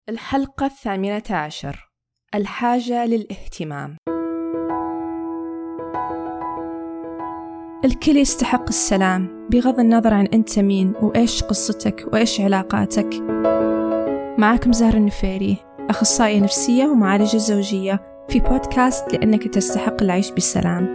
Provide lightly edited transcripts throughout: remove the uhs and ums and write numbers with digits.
الحلقة 18: الحاجة للاهتمام. الكل يستحق السلام بغض النظر عن أنت مين وإيش قصتك وإيش علاقاتك. معكم زهرة النفيري، أخصائية نفسية ومعالجة زوجية، في بودكاست لأنك تستحق العيش بسلام.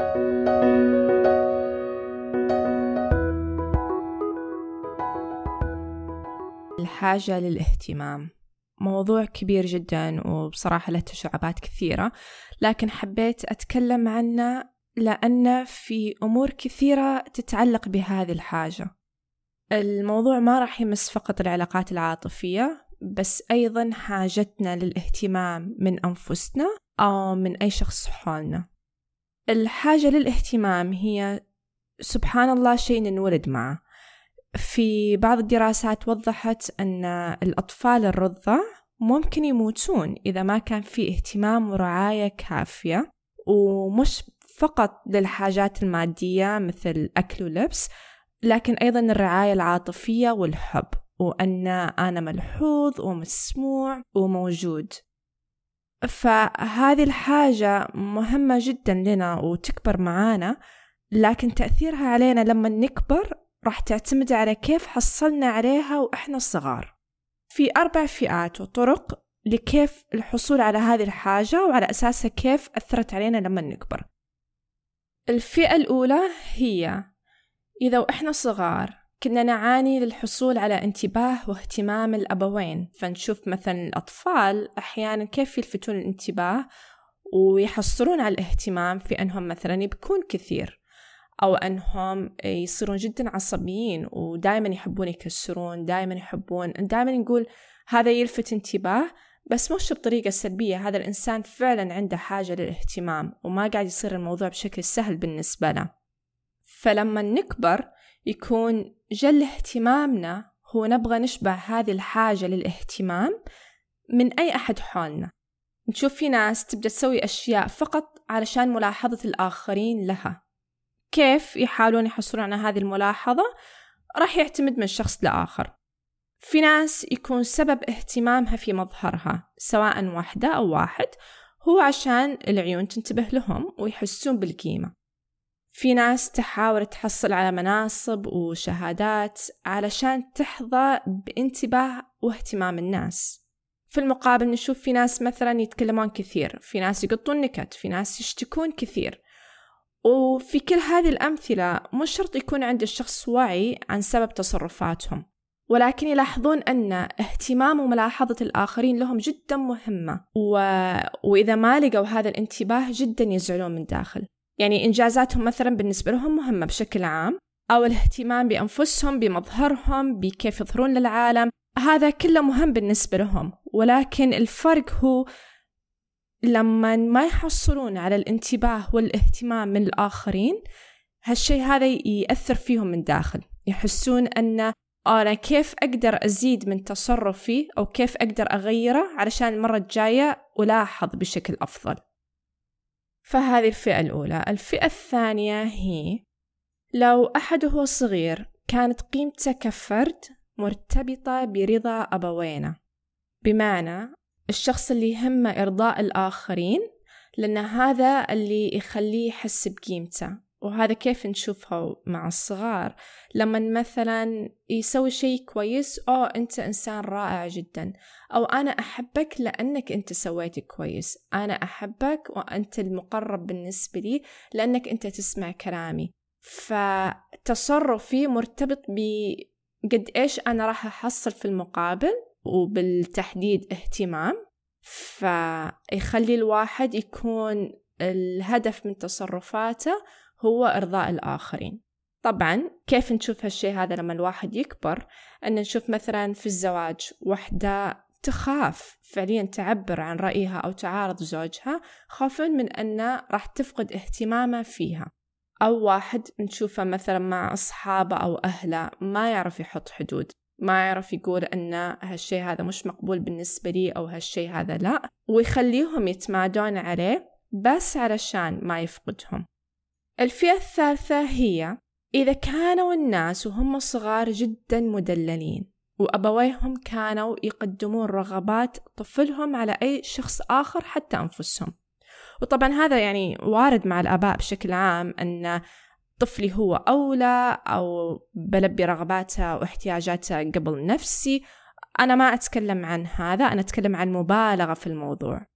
الحاجة للاهتمام موضوع كبير جدا، وبصراحة له تشعبات كثيرة، لكن حبيت أتكلم عنه لأن في أمور كثيرة تتعلق بهذه الحاجة. الموضوع ما راح يمس فقط العلاقات العاطفية، بس أيضا حاجتنا للاهتمام من أنفسنا أو من أي شخص حولنا. الحاجة للاهتمام هي سبحان الله شيء ننولد معه. في بعض الدراسات وضحت أن الأطفال الرضع ممكن يموتون إذا ما كان في اهتمام ورعاية كافية، ومش فقط للحاجات المادية مثل أكل ولبس، لكن أيضا الرعاية العاطفية والحب، وأن أنا ملحوظ ومسموع وموجود. فهذه الحاجة مهمة جدا لنا وتكبر معانا، لكن تأثيرها علينا لما نكبر راح تعتمد على كيف حصلنا عليها وإحنا صغار. في 4 فئات وطرق لكيف الحصول على هذه الحاجة، وعلى أساسها كيف أثرت علينا لما نكبر. الفئة الأولى هي إذا وإحنا صغار كنا نعاني للحصول على انتباه واهتمام الأبوين، فنشوف مثلا الأطفال أحيانا كيف يلفتون الانتباه ويحصلون على الاهتمام في أنهم مثلا يبكون كثير، أو أنهم يصيرون جدا عصبيين ودائما يحبون يكسرون، دائما نقول هذا يلفت انتباه، بس مش بطريقة سلبية. هذا الإنسان فعلا عنده حاجة للاهتمام وما قاعد يصير الموضوع بشكل سهل بالنسبة له. فلما نكبر يكون جل اهتمامنا هو نبغى نشبع هذه الحاجة للاهتمام من أي أحد حولنا. نشوف في ناس تبدأ تسوي أشياء فقط علشان ملاحظة الآخرين لها. كيف يحاولون يحصلون على هذه الملاحظة راح يعتمد من شخص لآخر. في ناس يكون سبب اهتمامها في مظهرها، سواء واحدة أو واحد، هو عشان العيون تنتبه لهم ويحسون بالقيمة. في ناس تحاول تحصل على مناصب وشهادات علشان تحظى بانتباه واهتمام الناس. في المقابل نشوف في ناس مثلا يتكلمون كثير، في ناس يقطون نكت، في ناس يشتكون كثير. وفي كل هذه الأمثلة مش شرط يكون عند الشخص وعي عن سبب تصرفاتهم، ولكن يلاحظون أن اهتمام وملاحظة الآخرين لهم جدا مهمة، وإذا ما لقوا هذا الانتباه جدا يزعلون من داخل. يعني إنجازاتهم مثلا بالنسبة لهم مهمة بشكل عام، أو الاهتمام بأنفسهم، بمظهرهم، بكيف يظهرون للعالم، هذا كله مهم بالنسبة لهم. ولكن الفرق هو لما ما يحصلون على الانتباه والاهتمام من الآخرين، هالشيء هذا يأثر فيهم من داخل، يحسون أن أنا كيف أقدر أزيد من تصرفي أو كيف أقدر أغيره علشان المرة الجاية ألاحظ بشكل أفضل. فهذه الفئة الأولى. الفئة الثانية هي لو أحد هو صغير كانت قيمته كفرد مرتبطة برضا أبوينه، بمعنى الشخص اللي يهمه إرضاء الآخرين، لأن هذا اللي يخليه يحس بقيمته. وهذا كيف نشوفه مع الصغار، لما مثلا يسوي شيء كويس، أنت إنسان رائع جدا، أو أنا أحبك لأنك أنت سويت كويس، أنا أحبك وأنت المقرب بالنسبة لي لأنك أنت تسمع كلامي. فتصرفي مرتبط بقد إيش أنا راح أحصل في المقابل، وبالتحديد اهتمام. فيخلي الواحد يكون الهدف من تصرفاته هو إرضاء الآخرين. طبعا كيف نشوف هالشيء هذا لما الواحد يكبر؟ أن نشوف مثلا في الزواج وحدة تخاف فعليا تعبر عن رأيها أو تعارض زوجها، خوفا من أن راح تفقد اهتمامه فيها. أو واحد نشوفه مثلا مع أصحابه أو أهله ما يعرف يحط حدود، ما يعرف يقول أن هالشيء هذا مش مقبول بالنسبة لي أو هالشيء هذا لا، ويخليهم يتمادون عليه بس علشان ما يفقدهم. الفئة الثالثة هي إذا كانوا الناس وهم صغار جدا مدللين، وأبويهم كانوا يقدمون رغبات طفلهم على أي شخص آخر حتى أنفسهم. وطبعا هذا يعني وارد مع الآباء بشكل عام، أن طفلي هو أولى أو بلبي رغباته واحتياجاته قبل نفسي. أنا ما أتكلم عن هذا، أنا أتكلم عن مبالغة في الموضوع،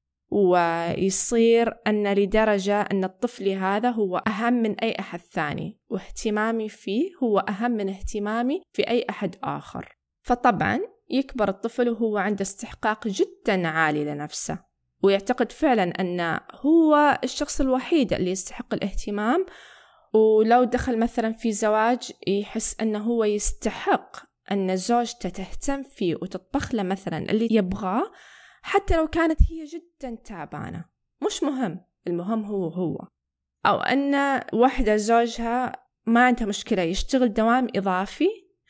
ويصير أن لدرجة أن الطفل هذا هو أهم من أي أحد ثاني، واهتمامي فيه هو أهم من اهتمامي في أي أحد آخر. فطبعا يكبر الطفل وهو عنده استحقاق جدا عالي لنفسه، ويعتقد فعلا أنه هو الشخص الوحيد اللي يستحق الاهتمام. ولو دخل مثلا في زواج يحس أنه هو يستحق أن زوجته تهتم فيه وتطبخ له مثلا اللي يبغاه، حتى لو كانت هي جدا تعبانة. مش مهم، المهم هو. أو أن واحدة زوجها ما عندها مشكلة يشتغل دوام إضافي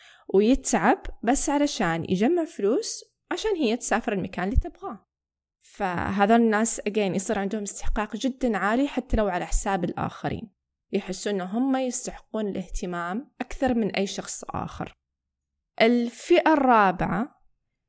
ويتعب بس علشان يجمع فلوس عشان هي تسافر المكان اللي تبغاه. فهذا الناس يصير عندهم استحقاق جدا عالي حتى لو على حساب الآخرين، يحسون أنهم يستحقون الاهتمام أكثر من أي شخص آخر. الفئة الرابعة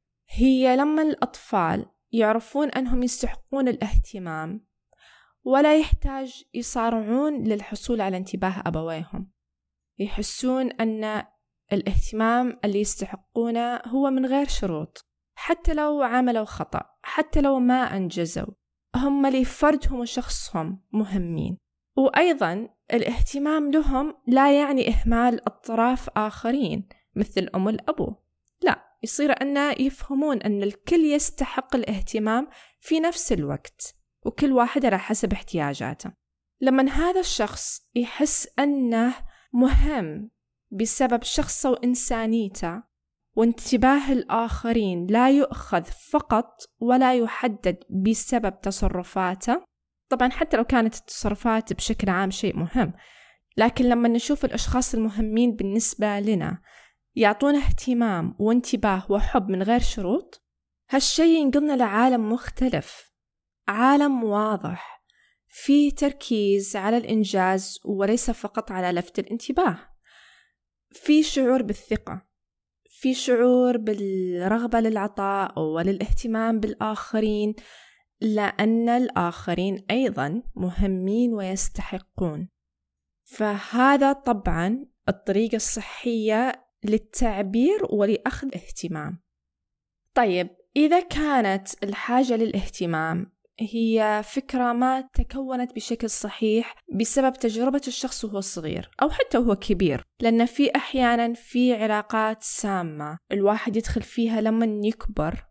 هي لما الأطفال يعرفون أنهم يستحقون الاهتمام ولا يحتاج يصارعون للحصول على انتباه أبويهم، يحسون أن الاهتمام اللي يستحقونه هو من غير شروط، حتى لو عملوا خطأ، حتى لو ما أنجزوا، هم لفردهم وشخصهم مهمين. وأيضا الاهتمام لهم لا يعني إهمال أطراف آخرين مثل الأم والأبو، لا، يصير أن يفهمون أن الكل يستحق الاهتمام في نفس الوقت، وكل واحد على حسب احتياجاته. لما هذا الشخص يحس أنه مهم بسبب شخصه وإنسانيته، وانتباه الآخرين لا يؤخذ فقط ولا يحدد بسبب تصرفاته. طبعا حتى لو كانت التصرفات بشكل عام شيء مهم، لكن لما نشوف الأشخاص المهمين بالنسبة لنا يعطون اهتمام وانتباه وحب من غير شروط، هالشيء ينقلنا لعالم مختلف، عالم واضح فيه تركيز على الإنجاز وليس فقط على لفت الانتباه، في شعور بالثقة، في شعور بالرغبة للعطاء وللاهتمام بالآخرين، لأن الآخرين أيضا مهمين ويستحقون. فهذا طبعا الطريقة الصحية للتعبير ولأخذ اهتمام. طيب، إذا كانت الحاجة للاهتمام هي فكرة ما تكونت بشكل صحيح بسبب تجربة الشخص وهو صغير أو حتى وهو كبير، لأن في أحيانا في علاقات سامة الواحد يدخل فيها لما يكبر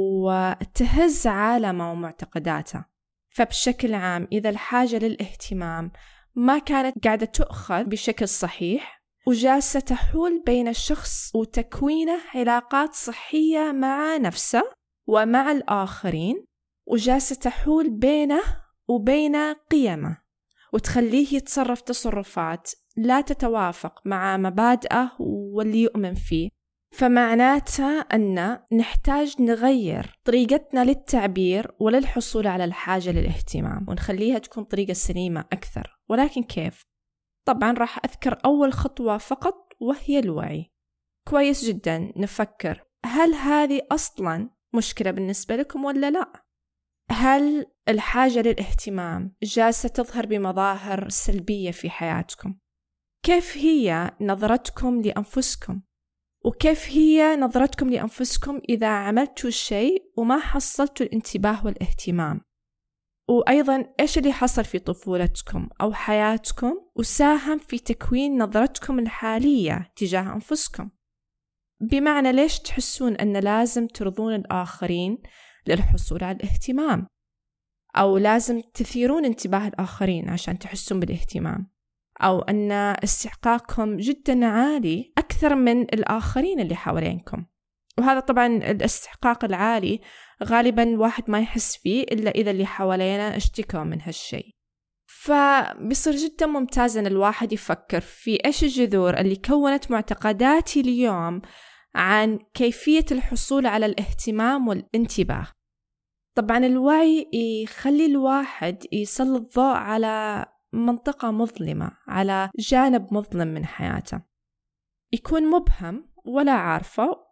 وتهز عالمه ومعتقداته. فبشكل عام إذا الحاجة للاهتمام ما كانت قاعدة تؤخذ بشكل صحيح وجالسة تحول بين الشخص وتكوينه علاقات صحية مع نفسه ومع الآخرين، وجالسة تحول بينه وبين قيمه وتخليه يتصرف تصرفات لا تتوافق مع مبادئه واللي يؤمن فيه، فمعناته أن نحتاج نغير طريقتنا للتعبير وللحصول على الحاجة للاهتمام ونخليها تكون طريقة سليمة أكثر. ولكن كيف؟ طبعا راح أذكر أول خطوة فقط وهي الوعي. كويس جدا نفكر، هل هذه أصلا مشكلة بالنسبة لكم ولا لا؟ هل الحاجة للاهتمام جالسة تظهر بمظاهر سلبية في حياتكم؟ كيف هي نظرتكم لأنفسكم؟ وكيف هي نظرتكم لأنفسكم إذا عملتوا شيء وما حصلتوا الانتباه والاهتمام؟ وأيضا إيش اللي حصل في طفولتكم أو حياتكم وساهم في تكوين نظرتكم الحالية تجاه أنفسكم؟ بمعنى ليش تحسون أن لازم ترضون الآخرين للحصول على الاهتمام، أو لازم تثيرون انتباه الآخرين عشان تحسون بالاهتمام، أو أن استحقاقكم جدا عالي أكثر من الآخرين اللي حوالينكم. وهذا طبعا الاستحقاق العالي غالبا واحد ما يحس فيه إلا إذا اللي حوالينا اشتكوا من هالشيء. فبصير جدا ممتاز أن الواحد يفكر في إيش الجذور اللي كونت معتقداتي اليوم عن كيفية الحصول على الاهتمام والانتباه. طبعا الوعي يخلي الواحد يسلط الضوء على منطقة مظلمة، على جانب مظلم من حياته، يكون مبهم ولا عارفه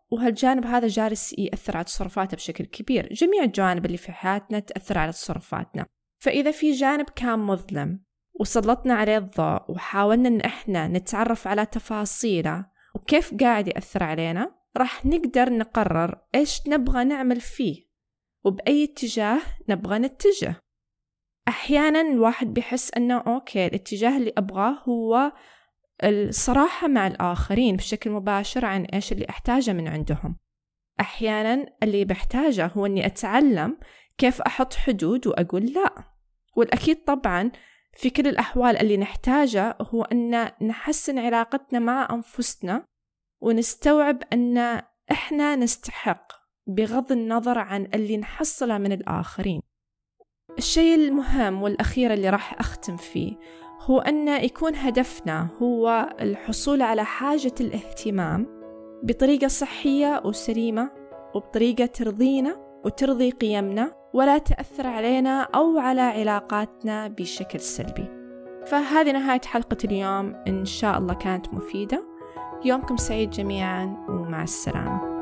وهالجانب هذا جالس يأثر على تصرفاتها بشكل كبير. جميع الجوانب اللي في حياتنا تأثر على تصرفاتنا. فإذا في جانب كان مظلم وسلطنا عليه الضوء وحاولنا إن إحنا نتعرف على تفاصيله وكيف قاعد يأثر علينا، راح نقدر نقرر إيش نبغى نعمل فيه وبأي اتجاه نبغى نتجه. أحيانا الواحد بيحس أنه أوكي الاتجاه اللي أبغاه هو الصراحة مع الآخرين بشكل مباشر عن إيش اللي أحتاجه من عندهم. أحيانا اللي بحتاجه هو أني أتعلم كيف أحط حدود وأقول لا. والأكيد طبعا في كل الأحوال اللي نحتاجه هو أن نحسن علاقتنا مع أنفسنا ونستوعب أن إحنا نستحق بغض النظر عن اللي نحصله من الآخرين. الشيء المهم والأخير اللي راح أختم فيه هو أن يكون هدفنا هو الحصول على حاجة الاهتمام بطريقة صحية وسليمة وبطريقة ترضينا وترضي قيمنا ولا تأثر علينا أو على علاقاتنا بشكل سلبي. فهذه نهاية حلقة اليوم، إن شاء الله كانت مفيدة. يومكم سعيد جميعا ومع السلامة.